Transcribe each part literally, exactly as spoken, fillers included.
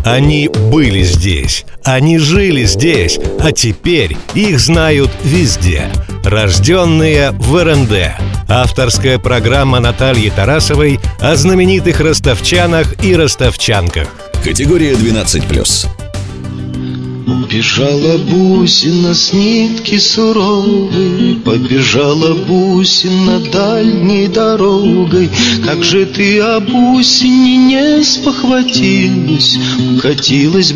Они были здесь, они жили здесь, а теперь их знают везде. «Рожденные в эр эн дэ» – авторская программа Натальи Тарасовой о знаменитых ростовчанах и ростовчанках. Категория двенадцать плюс. Убежала бусина с нитки суровой, побежала бусина дальней дорогой. Как же ты о бусине не спохватилась, укатилась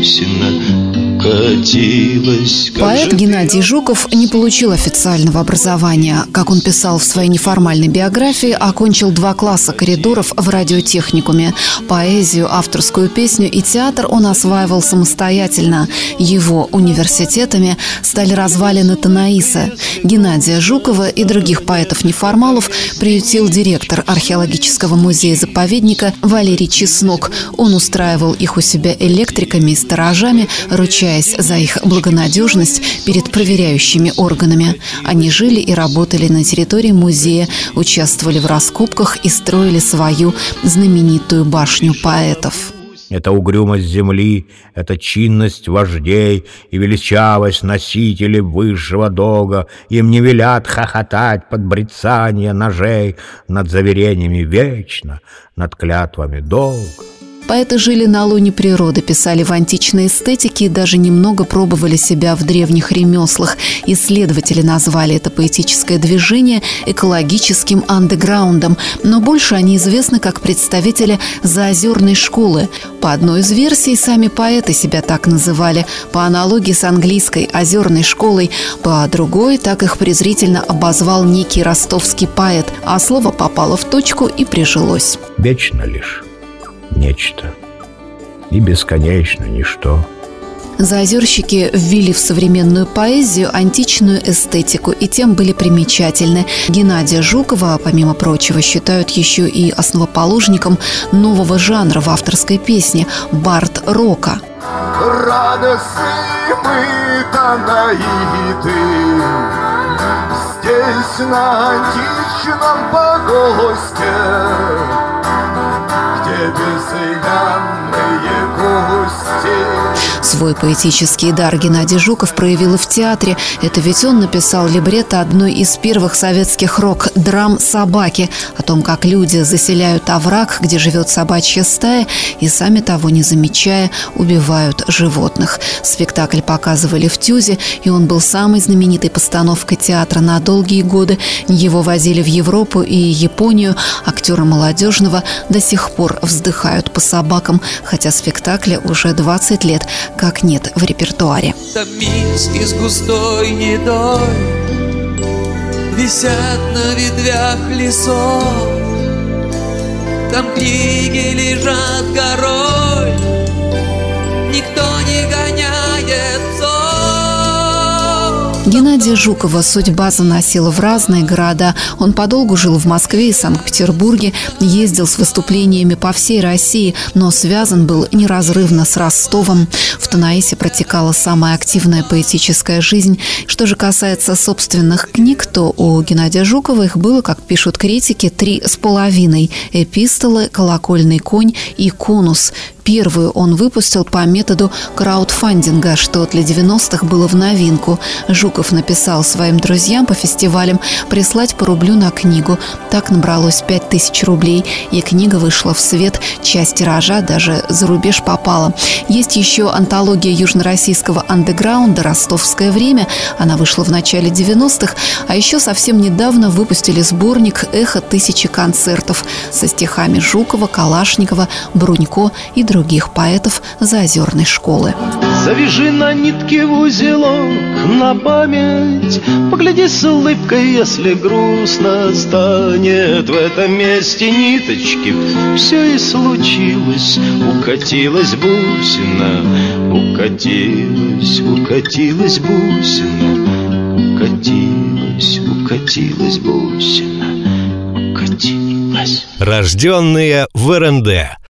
бусина, укатилась. Поэт Геннадий Жуков не получил официального образования. Как он писал в своей неформальной биографии, окончил два класса коридоров в радиотехникуме. Поэзию, авторскую песню и театр он осваивал самостоятельно. Его университетами стали развалины Танаиса. Геннадия Жукова и других поэтов-неформалов приютил директор археологического музея-заповедника Валерий Чеснок. Он устраивал их у себя электриками и сторожами, ручаясь за их благонадежность перед проверяющими органами. Они жили и работали на территории музея, участвовали в раскопках и строили свою знаменитую башню поэтов. Это угрюмость земли, это чинность вождей и величавость носителей высшего долга. Им не велят хохотать под брецание ножей над заверениями вечно, над клятвами долга. Поэты жили на лоне природы, писали в античной эстетике и даже немного пробовали себя в древних ремеслах. Исследователи назвали это поэтическое движение экологическим андеграундом, но больше они известны как представители заозерной школы. По одной из версий, сами поэты себя так называли, по аналогии с английской озерной школой, по другой так их презрительно обозвал некий ростовский поэт, а слово попало в точку и прижилось. Вечно лишь нечто и бесконечно ничто. Заозерщики ввели в современную поэзию античную эстетику, и тем были примечательны. Геннадия Жукова, помимо прочего, считают еще и основоположником нового жанра в авторской песне – бард-рока. Радостны мы, танаиты, здесь на античном погосте, где безымянные гости. Свой поэтический дар Геннадий Жуков проявил и в театре. Это ведь он написал либретто одной из первых советских рок-драм «Собаки», о том, как люди заселяют овраг, где живет собачья стая, и сами того не замечая, убивают животных. Спектакль показывали в Тюзе, и он был самой знаменитой постановкой театра на долгие годы. Его возили в Европу и Японию. Актеры молодежного до сих пор вздыхают по собакам, хотя спектакля уже двадцать лет как нет в репертуаре. Там миски с густой едой висят на ветвях лесов, там книги лежат горой, никто не гоняет псов. Геннадия Жукова судьба заносила в разные города. Он подолгу жил в Москве и Санкт-Петербурге, ездил с выступлениями по всей России, но связан был неразрывно с Ростовом. В Танаисе протекала самая активная поэтическая жизнь. Что же касается собственных книг, то у Геннадия Жукова их было, как пишут критики, три с половиной: «Эпистолы», «Колокольный конь» и «Конус». Первую он выпустил по методу краудфандинга, что для девяностых было в новинку. Жуков написал своим друзьям по фестивалям прислать по рублю на книгу. Так набралось пять тысяч рублей, и книга вышла в свет. Часть тиража даже за рубеж попала. Есть еще антология южнороссийского андеграунда «Ростовское время». Она вышла в начале девяностых, а еще совсем недавно выпустили сборник «Эхо тысячи концертов» со стихами Жукова, Калашникова, Брунько и других поэтов заозерной школы. Завяжи на нитке в узелок на память, погляди с улыбкой, если грустно станет. В этом месте ниточки все и случилось. Укатилась бусина, укатилась, укатилась бусина, укатилась, укатилась бусина, укатилась. «Рожденные в эр эн дэ»